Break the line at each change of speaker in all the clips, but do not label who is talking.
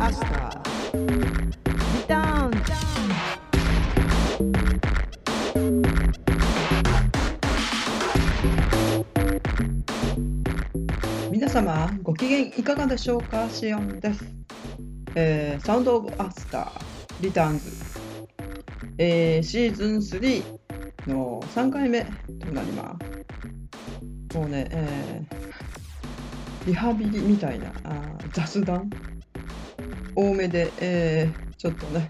アスターリターン。
皆様ご機嫌いかがでしょうか。シオンです。サウンドオブアスターリターンズ、シーズン3の3回目となります。もうね、リハビリみたいな雑談多めで、ちょっとね、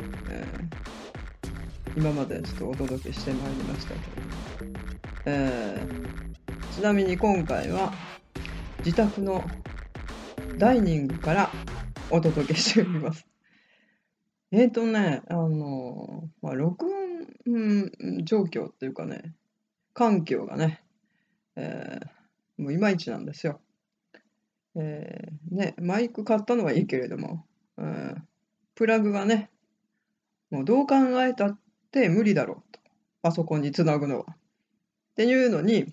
今までちょっとお届けしてまいりましたけど、ちなみに今回は自宅のダイニングからお届けしております。録音、状況っていうかね、環境がね、もういまいちなんですよ。マイク買ったのはいいけれども、プラグがね、もうどう考えたって無理だろうと。パソコンにつなぐのは。っていうのに、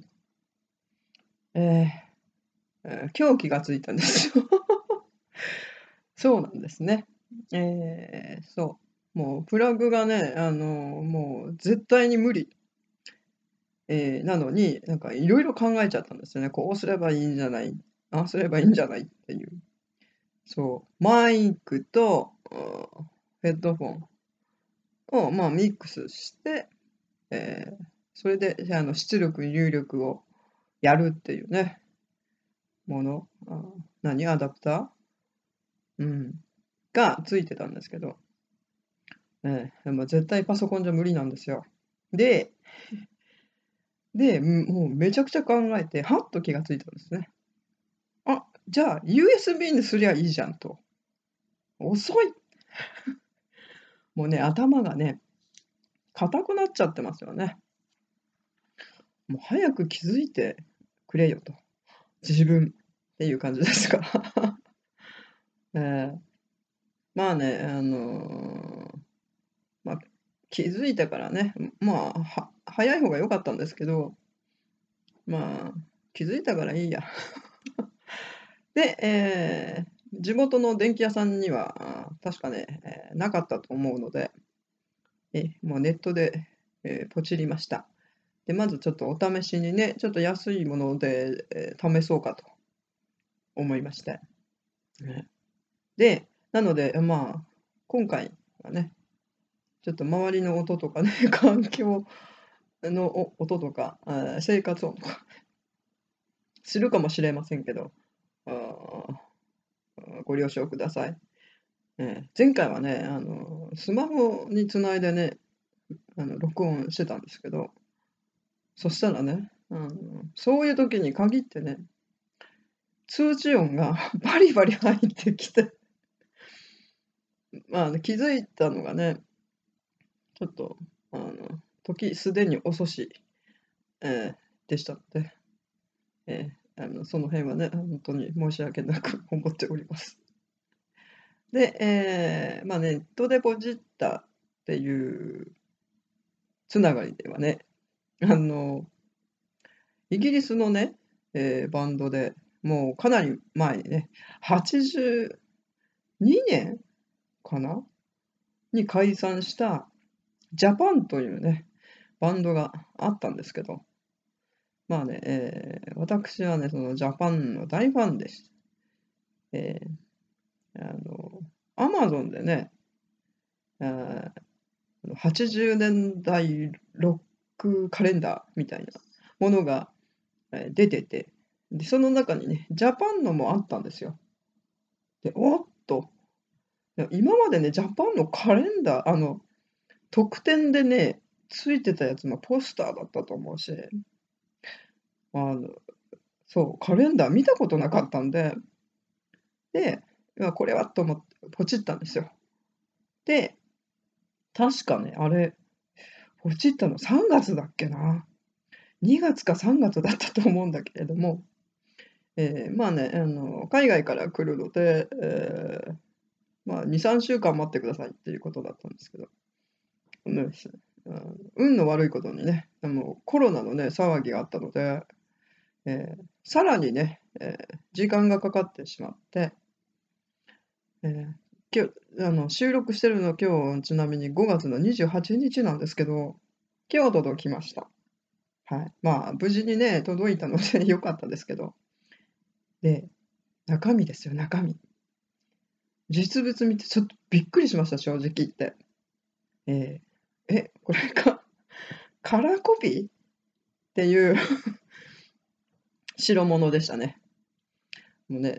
今日気がついたんですよ。そうなんですね。そう。もうプラグがね、もう絶対に無理。なのに、なんかいろいろ考えちゃったんですよね。こうすればいいんじゃない、ああすればいいんじゃないっていう。そう。マイクとヘッドフォンを、ミックスして、それで出力、入力をやるっていうね、もの。アダプターがついてたんですけど、絶対パソコンじゃ無理なんですよ。で、もうめちゃくちゃ考えて、はっと気がついたんですね。じゃあ USB にすりゃいいじゃんと。遅い。もうね、頭がね、硬くなっちゃってますよね。もう早く気づいてくれよと。自分っていう感じですか。まあね、気づいたからね、早い方が良かったんですけど、気づいたからいいや。で、地元の電気屋さんには確かね、なかったと思うので、もうネットで、ポチりました。で、まずちょっとお試しにね、ちょっと安いもので、試そうかと思いまして。で、なので、今回はね、ちょっと周りの音とかね、環境の音とか、生活音とかするかもしれませんけど、ご了承ください。前回はね、スマホにつないでね、録音してたんですけど、そしたらね、そういう時に限ってね、通知音がバリバリ入ってきて、気づいたのがね、ちょっと、時すでに遅し、でしたので、その辺はね、本当に申し訳なく思っております。で、ネットでポチったっていうつながりではね、イギリスのね、バンドで、もうかなり前にね、82年かなに解散したジャパンというね、バンドがあったんですけど、私はね、そのジャパンの大ファンでした。アマゾンでね、80年代ロックカレンダーみたいなものが出てて、で、その中にね、ジャパンのもあったんですよ。で、おっと、今までね、ジャパンのカレンダー、特典でね、ついてたやつもポスターだったと思うし、あの、そう、カレンダー見たことなかったんで、これはと思ってポチったんですよ。で、確かね、あれ、ポチったの3月だっけな。2月か3月だったと思うんだけれども、海外から来るので、2、3週間待ってくださいっていうことだったんですけど、ね、運の悪いことにね、コロナのね、騒ぎがあったので、さらにね、時間がかかってしまって、 今日、収録してるの今日ちなみに5月の28日なんですけど、今日届きました。はい。まあ、無事にね、届いたので良かったですけど。で、中身ですよ、中身。実物見てちょっとびっくりしました、正直言って。えこれカラーコピーっていう代物でしたね。もうね、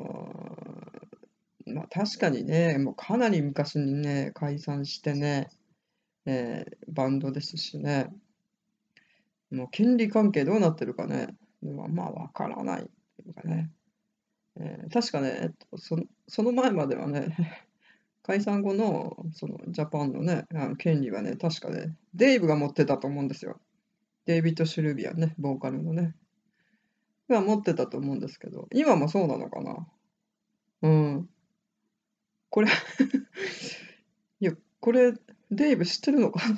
まあ確かにね、もうかなり昔にね、解散してね、バンドですしね、もう権利関係どうなってるかね、まあわからないっていうかね、確かね、その前まではね、解散後のそのジャパンのね、権利はね、確かね、デイブが持ってたと思うんですよ。デイビッド・シルビアね、ボーカルのね、が持ってたと思うんですけど、今もそうなのかな。うん。これいや、これ、デイブ知ってるのかな。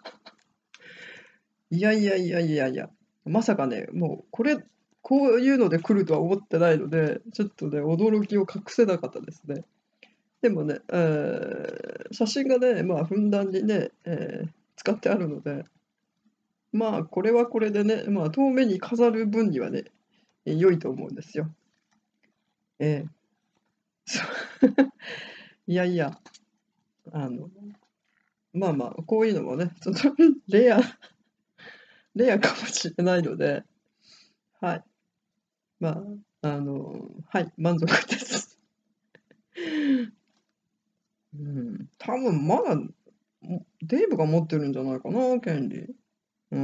いやいやいやいやいや、まさかね、もうこういうので来るとは思ってないので、ちょっとね、驚きを隠せなかったですね。でもね、写真がね、まあ、ふんだんにね、使ってあるので、まあ、これはこれでね、まあ、遠目に飾る分にはね、良いと思うんですよ。ええ、そう。いやいや、あの、まあまあ、こういうのもね、ちょっとレアかもしれないので、はい。まあ、はい、満足です。うん、多分まだ、デイブが持ってるんじゃないかな、権利。うん。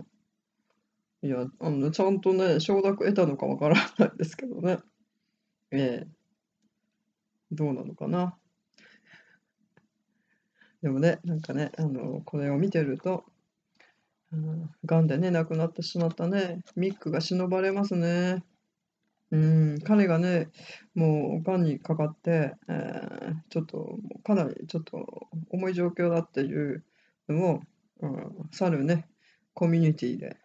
いや、ちゃんとね、承諾得たのかわからないですけどね。ええ、どうなのかな。でもね、なんかね、これを見てると、癌でね、亡くなってしまったね、ミックが忍ばれますね。うん、彼がね、もう癌にかかって、ちょっと、もうかなりちょっと重い状況だっていうのを、去るね、コミュニティで、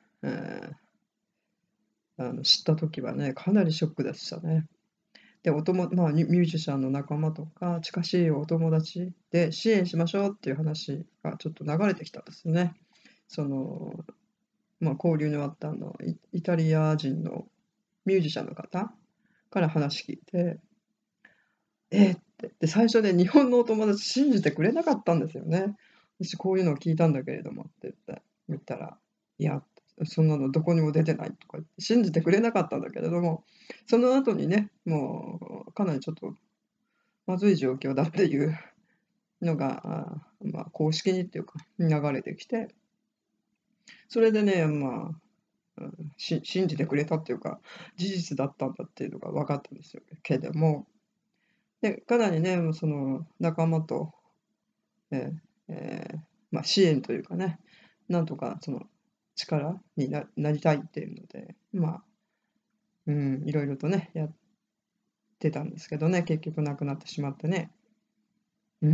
知った時はね、かなりショックでしたね。で、まあ、ミュージシャンの仲間とか、近しいお友達で支援しましょうっていう話がちょっと流れてきたんですね。その、まあ、交流のあったイタリア人のミュージシャンの方から話聞いて、って。で、最初ね、日本のお友達信じてくれなかったんですよね。私こういうのを聞いたんだけれどもって言ったら、いや、そんなのどこにも出てないとか言って信じてくれなかったんだけれども、その後にね、もうかなりちょっとまずい状況だっていうのが、まあ、公式にっていうか流れてきて、それでね、まあ、信じてくれたっていうか、事実だったんだっていうのが分かったんですよけれども、で、かなりね、もうその仲間と、えまあ、支援というかね、なんとかその力になりたいっていうので、まあ、いろいろとね、やってたんですけどね、結局亡くなってしまってね。うん、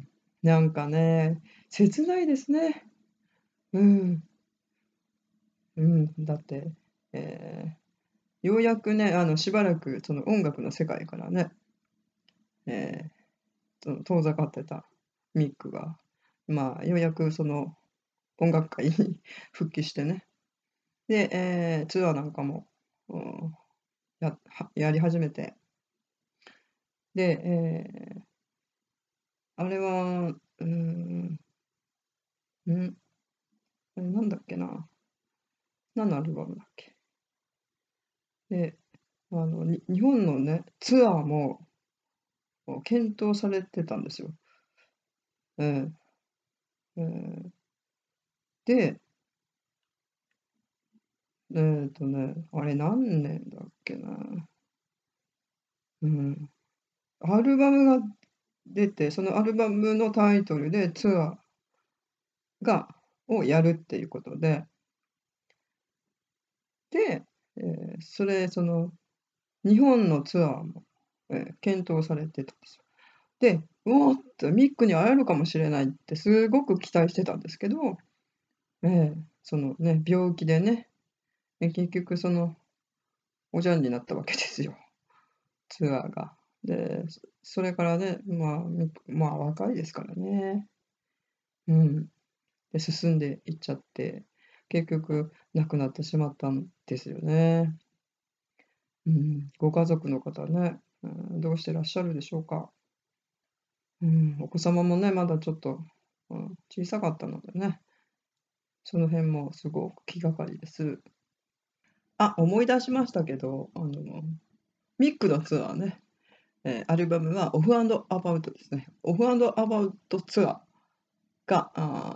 なんかね、切ないですね。うん、だって、えようやくね、しばらくその音楽の世界からね、えその遠ざかってたミックが、まあ、ようやくその音楽界に復帰してね、で、ツアーなんかも、うん、やり始めて、で、あれは、ん、なんだっけな、何のアルバムだっけ。で、日本のね、ツアーも検討されてたんですよ。うん。うん、で、あれ何年だっけな。うん。アルバムが出て、そのアルバムのタイトルでツアーをやるっていうことで、で、その日本のツアーも、検討されてたんですよ。で、おおって、ミックに会えるかもしれないってすごく期待してたんですけど、そのね、病気でね、結局その、おじゃんになったわけですよ、ツアーが。 で、それからね、まあ若いですからね。うん。で、進んでいっちゃって、結局亡くなってしまったんですよね。うん。ご家族の方ね、どうしてらっしゃるでしょうか。うん、お子様もね、まだちょっと、小さかったのでね、その辺もすごく気がかりです。あ、思い出しましたけど、ミックのツアーね、アルバムはオフアバウトですね。オフアバウトツアーが、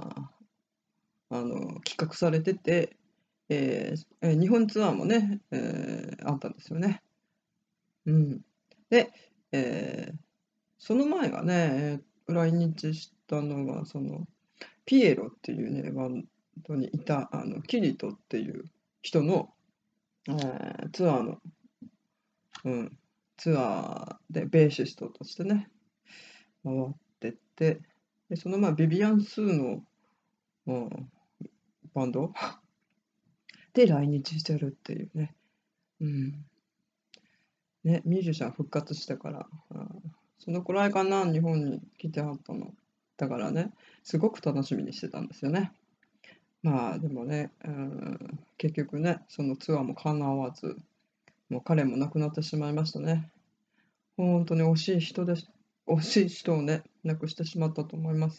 企画されてて、日本ツアーもね、あったんですよね。うん。で、えーその前がね、来日したのが、ピエロっていうね、バンドにいた、キリトっていう人の、ツアーの、うん、ツアーでベーシストとしてね、回ってて、で、その前、ビビアン・スーの、うん、バンドで来日してるっていうね。うん。ね、ミュージシャン復活してから、そのくらいかな、日本に来てはったの。だからね、すごく楽しみにしてたんですよね。まあでもね、結局ね、そのツアーも叶わず、もう彼も亡くなってしまいましたね。本当に惜しい人です。惜しい人をね、亡くしてしまったと思います。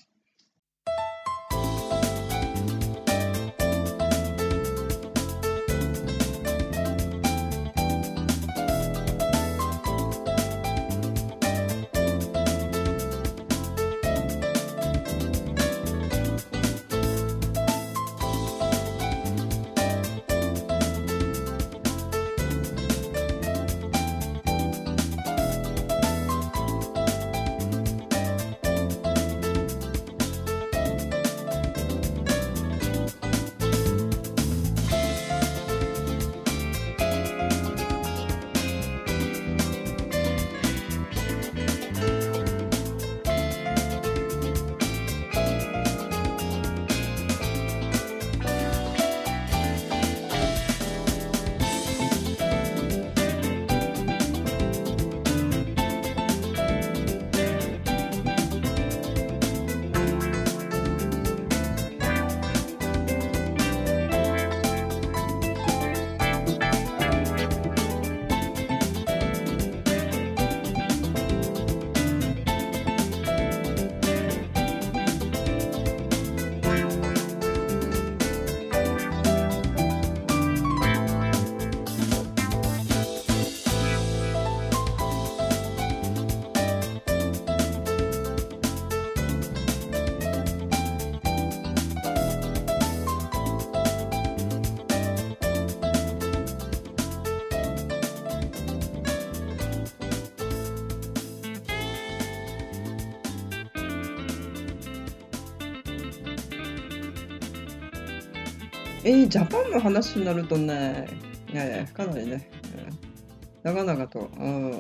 ジャパンの話になるとね、かなりね、長々と、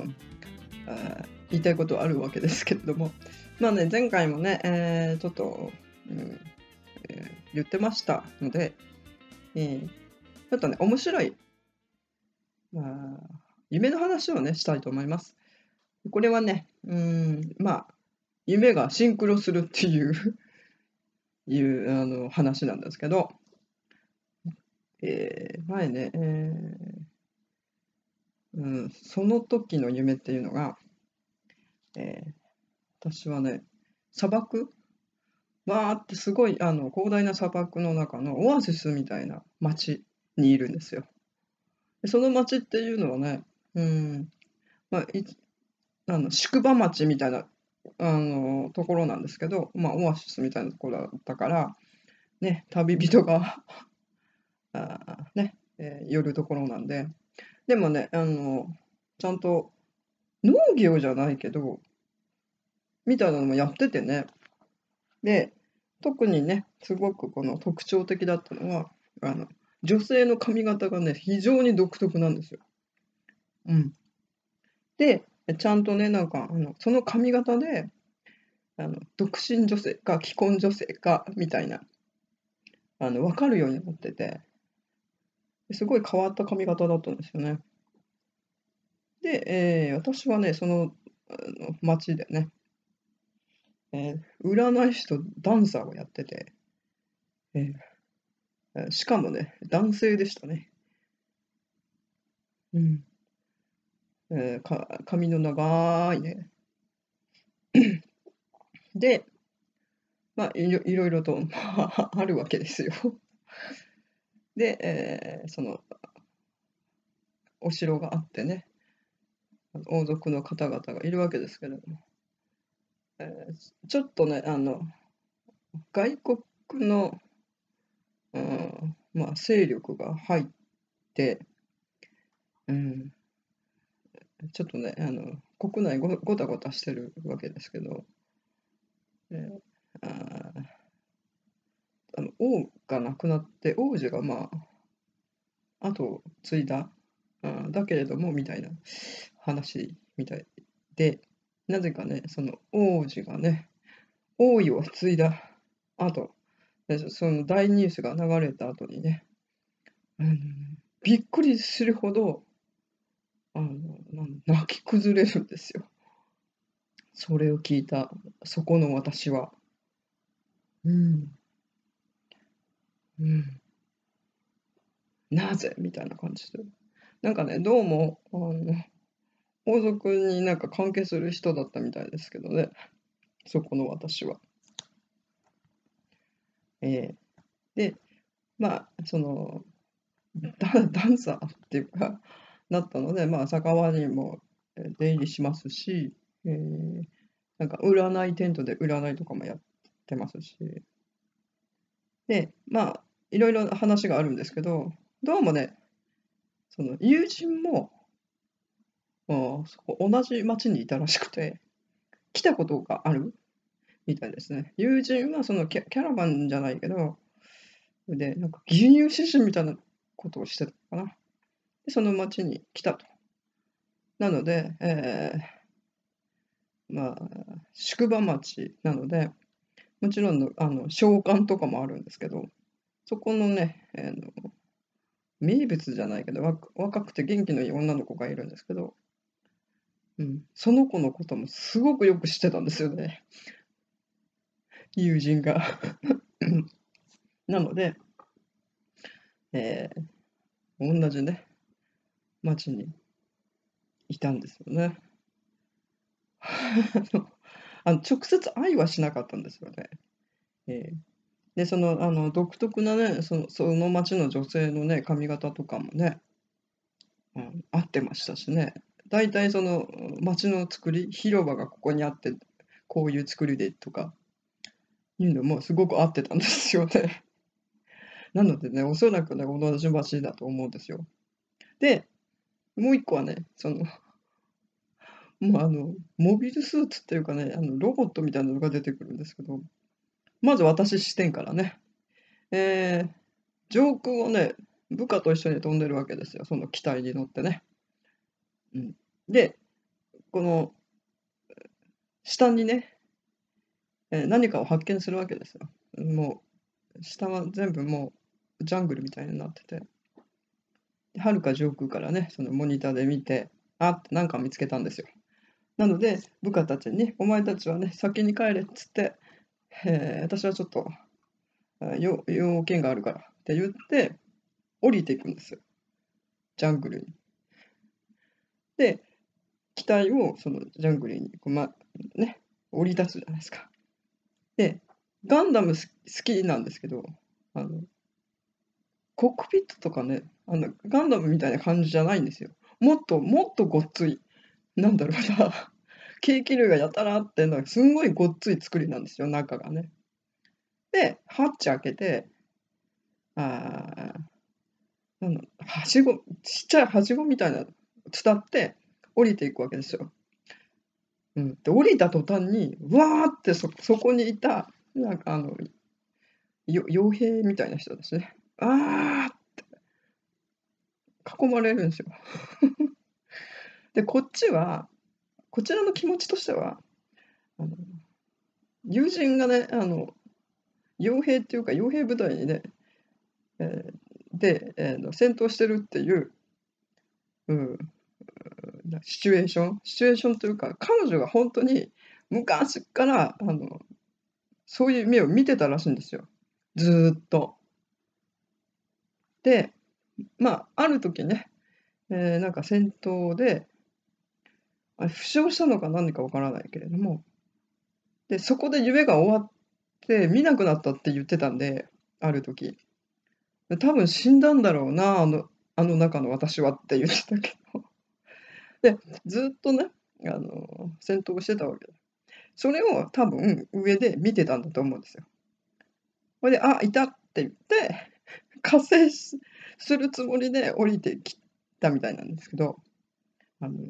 言いたいことあるわけですけれども、まあね、前回もね、ちょっと、うん言ってましたので、ちょっとね、面白い、まあ、夢の話をね、したいと思います。これはね、夢がシンクロするっていういう話なんですけど、前ね、その時の夢っていうのが、えー私はね、砂漠わーってすごい広大な砂漠の中のオアシスみたいな町にいるんですよ。でその町っていうのはね、うん、まあ、宿場町みたいなところなんですけど、オアシスみたいなところだったから、ね、旅人が寄るところなんで、でもね、ちゃんと農業じゃないけど、みたいなのもやっててね。で、特にね、すごくこの特徴的だったのは、あの、女性の髪型がね、非常に独特なんですよ。うん。で、ちゃんとね、その髪型で、独身女性か既婚女性かみたいな、分かるようになってて、すごい変わった髪型だったんですよね。で、私はね、 町でね、占い師とダンサーをやってて、えしかもね、男性でしたね。うん。髪の長いね。で、まあ、いろいろと、まあ、あるわけですよ。で、そのお城があってね、王族の方々がいるわけですけれども、ちょっとね、外国の、まあ、勢力が入って、うん、ちょっとね、国内ごたごたしてるわけですけど、えーあー王が亡くなって、王子がまあ、後を継いだ、だけれども、みたいな話みたいで、なぜかね、その王子がね、王位を継いだ後、その大ニュースが流れた後にね、うん、びっくりするほど、泣き崩れるんですよ。それを聞いた、そこの私は。うん、うん、なぜみたいな感じで。なんかね、どうも、王族になんか関係する人だったみたいですけどね、そこの私は。えで、まあ、ダンサーっていうか、なったので、まあ、酒場にも出入りしますし、なんか占いテントで占いとかもやってますし、で、まあ、いろいろ話があるんですけど、どうもね、その友人も、そこ同じ町にいたらしくて、来たことがあるみたいですね。友人はそのキャラバンじゃないけど、で、なんか牛乳刺繍みたいなことをしてたのかな。で、その町に来たと。なので、まあ、宿場町なので、もちろん商館とかもあるんですけど、そこのね、名物じゃないけど、若くて元気のいい女の子がいるんですけど、うん、その子のこともすごくよく知ってたんですよね、友人が。なので、え同じね、町にいたんですよね。直接会いはしなかったんですよね。えーで、独特なね、その町の女性のね、髪型とかもね、合ってましたしね。大体その町の作り、広場がここにあって、こういう作りでとかいうのもすごく合ってたんですよね。なのでね、おそらくね、同じ町だと思うんですよ。で、もう一個はね、もうモビルスーツっていうかね、ロボットみたいなのが出てくるんですけど、まず私視点からね、えー上空をね、部下と一緒に飛んでるわけですよ、その機体に乗ってね。うん、で、この下にね、何かを発見するわけですよ。もう、下は全部もうジャングルみたいになってて、はるか上空からね、そのモニターで見て、あってなんか見つけたんですよ。なので、部下たちにね、お前たちはね、先に帰れっつって、私はちょっと用件があるからって言って、降りていくんですよ、ジャングルに。で、機体をそのジャングルにね、降り立つじゃないですか。で、ガンダム好きなんですけど、あの、コックピットとかね、ガンダムみたいな感じじゃないんですよ。もっとごっつい、なんだろうな、ケーキ類がやたらあって、すんごいごっつい作りなんですよ、中がね。で、ハッチ開けて、あはしご、ちっちゃいはしごみたいなの伝って降りていくわけですよ。うん、で降りた途端にわーってそこにいたなんか傭兵みたいな人ですね。あー囲まれるんですよ。でこちらの気持ちとしてはあの友人がね傭兵っていうか傭兵部隊にね、戦闘してるっていう、うん、 シチュエーションというか、彼女が本当に昔からそういう夢を見てたらしいんですよ。ずーっと。で、ある時ね、なんか戦闘で、負傷したのか何かわからないけれども、で、そこで夢が終わって見なくなったって言ってたんで、ある時。多分死んだんだろうな、あの中の私はって言ってたけど。で、ずっとね、戦闘してたわけだ。それを多分上で見てたんだと思うんですよ。それで、あ、いたって言って、加勢するつもりで降りてきたみたいなんですけど、あの、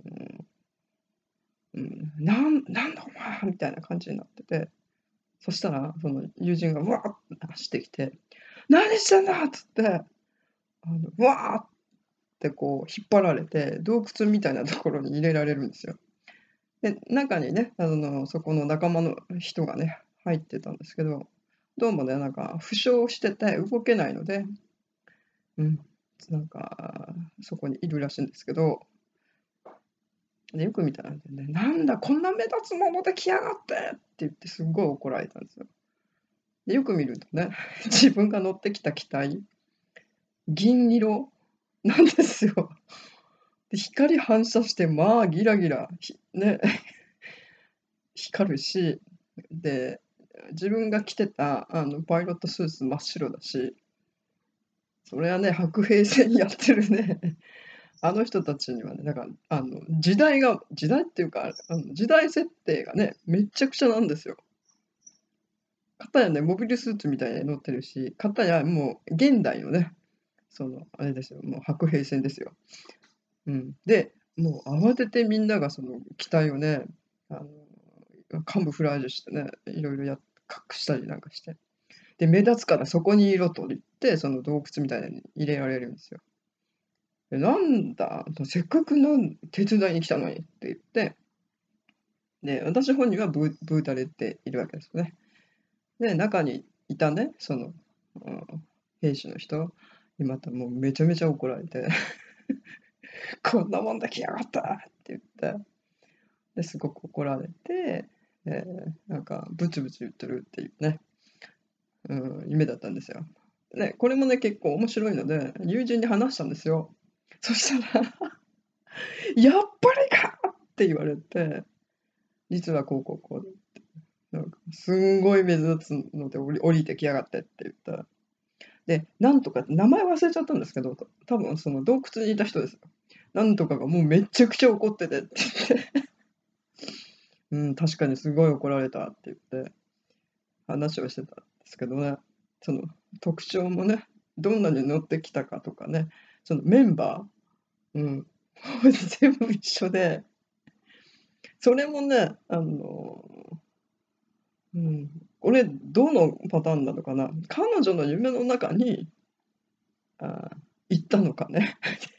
なんだお前みたいな感じになってて、そしたら、その友人がうわーって走ってきて、何してんだっつって、うわーってこう引っ張られて、洞窟みたいなところに入れられるんですよ。で、中にね、そこの仲間の人がね、入ってたんですけど、どうもね、なんか負傷してて動けないので、うん、なんかそこにいるらしいんですけど、で、よく見たらね、なんだこんな目立つもので来やがってって言ってすっごい怒られたんですよ。で、よく見るとね、自分が乗ってきた機体、銀色なんですよ。で、光反射して、まあギラギラ、ね、光るし、で、自分が着てたパイロットスーツ真っ白だし、それはね、白兵戦やってるね、あの人たちにはね、だから時代っていうか、時代設定がね、めっちゃくちゃなんですよ。片やね、モビルスーツみたいに乗ってるし、片やもう現代のね、あれですよ、もう白兵戦ですよ。うん。で、もう慌ててみんながその機体をね、あカムフラージュしてね、いろいろ隠したりなんかして。で、目立つからそこにいろと言って、その洞窟みたいなのに入れられるんですよ。で、なんだ、せっかく手伝いに来たのにって言って、で、私本人はブータレっているわけですよね。で、中にいたね、うん、兵士の人にまたもうめちゃめちゃ怒られて、こんなもんで来やがったって言って、ですごく怒られて、なんかブツブツ言ってるっていうね、夢だったんですよ。ね、これもね、結構面白いので、友人に話したんですよ。そしたらやっぱりかって言われて、実はこうこうこうでって、なんかすんごい目立つので降りてきやがってって言ったら、で、なんとか名前忘れちゃったんですけど、多分その洞窟にいた人ですよ。なんとかがもうめちゃくちゃ怒っててって言って、うん、確かにすごい怒られたって言って話をしてたんですけどね、その特徴もね、どんなに乗ってきたかとかね、そのメンバー、うん、全部一緒で、それもね、うん、これどのパターンなのかな。彼女の夢の中に、あ行ったのかね。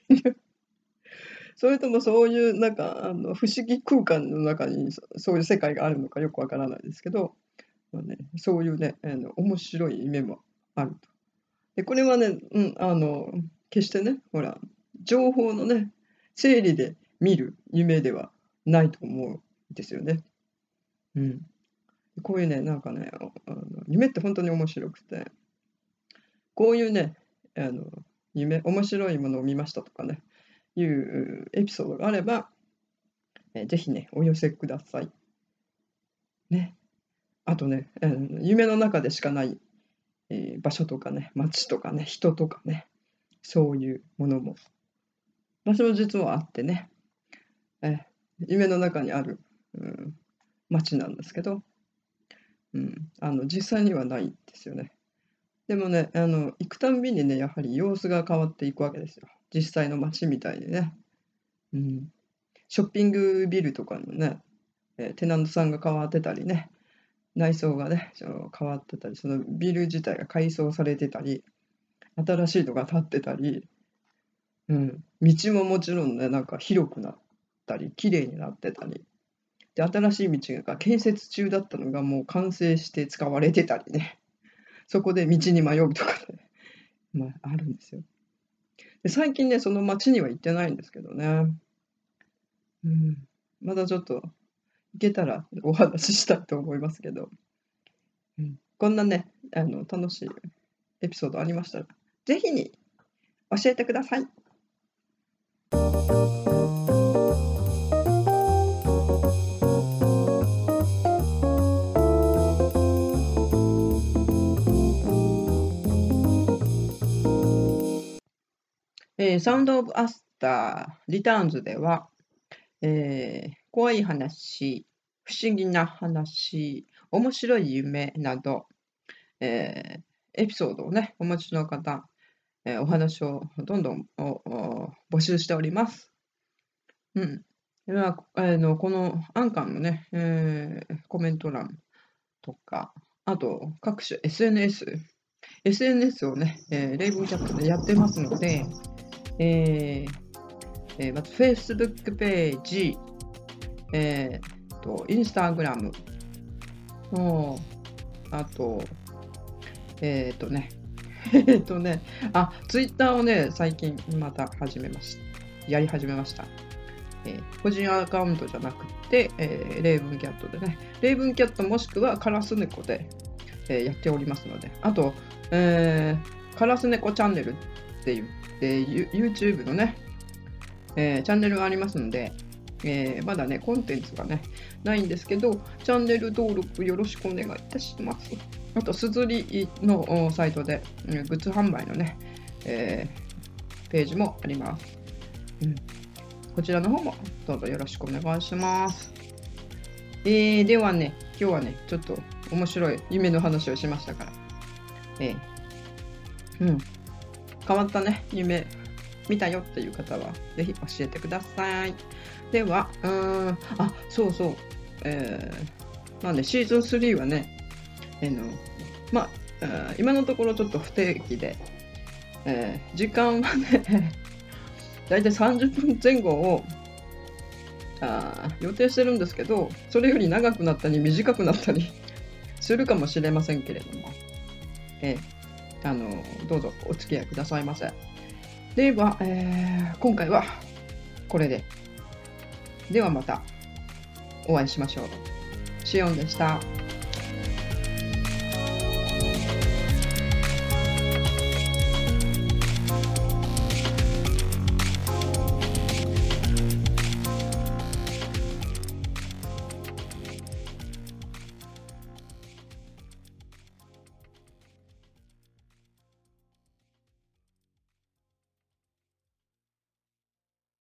それともそういうなんか不思議空間の中にそういう世界があるのかよくわからないですけど、そういうね、面白い夢もあると。で、これはね、決してね、ほら、情報のね、整理で見る夢ではないと思うんですよね。うん。こういうね、なんかね、夢って本当に面白くて、こういうね、あの、面白いものを見ましたとかね、いうエピソードがあれば、ぜひね、お寄せください。ね。あとね、夢の中でしかない、場所とかね、街とかね、人とかね、そういうものも、私も実はあってね、え夢の中にある、うん、街なんですけど、うん、実際にはないんですよね。でもね、行くたんびにね、やはり様子が変わっていくわけですよ。実際の街みたいにね。うん。ショッピングビルとかのね、テナントさんが変わってたりね、内装がね、変わってたり、そのビル自体が改装されてたり、新しいのが建ってたり、うん、道ももちろんね、なんか広くなったり、綺麗になってたり、で、新しい道が建設中だったのがもう完成して使われてたりね、そこで道に迷うとかね、あるんですよ。で、最近ね、その町には行ってないんですけどね。 またちょっといけたらお話ししたいと思いますけど、こんなね、楽しいエピソードありましたら、ぜひに教えてください。サウンドオブアスターリターンズでは、怖い話、不思議な話、面白い夢など、エピソードをね、お持ちの方、お話をどんどん募集しております。ではこのアンカーのね、コメント欄とか、あと各種 SNS をね、レイブンキャットでやってますので、まず Facebook ページ、Instagram、あと、Twitter をね、最近またやり始めました。個人アカウントじゃなくて、レイブンキャットでね、レイブンキャットもしくはカラスネコで、やっておりますので、あと、カラスネコチャンネルって言って、YouTube のね、チャンネルがありますので、まだね、コンテンツがね、ないんですけど、チャンネル登録よろしくお願いいたします。あと、すずりのサイトで、グッズ販売のね、ページもあります。こちらの方もどうぞよろしくお願いします。ではね、今日はね、ちょっと面白い夢の話をしましたから、変わったね、夢見たよっていう方は、ぜひ教えてください。では、そうそう、なんでシーズン3はね、今のところちょっと不定期で、時間はね、だいたい30分前後を予定してるんですけど、それより長くなったり短くなったりするかもしれませんけれども、どうぞお付き合いくださいませ。では、今回はこれで。ではまたお会いしましょう。シオンでした。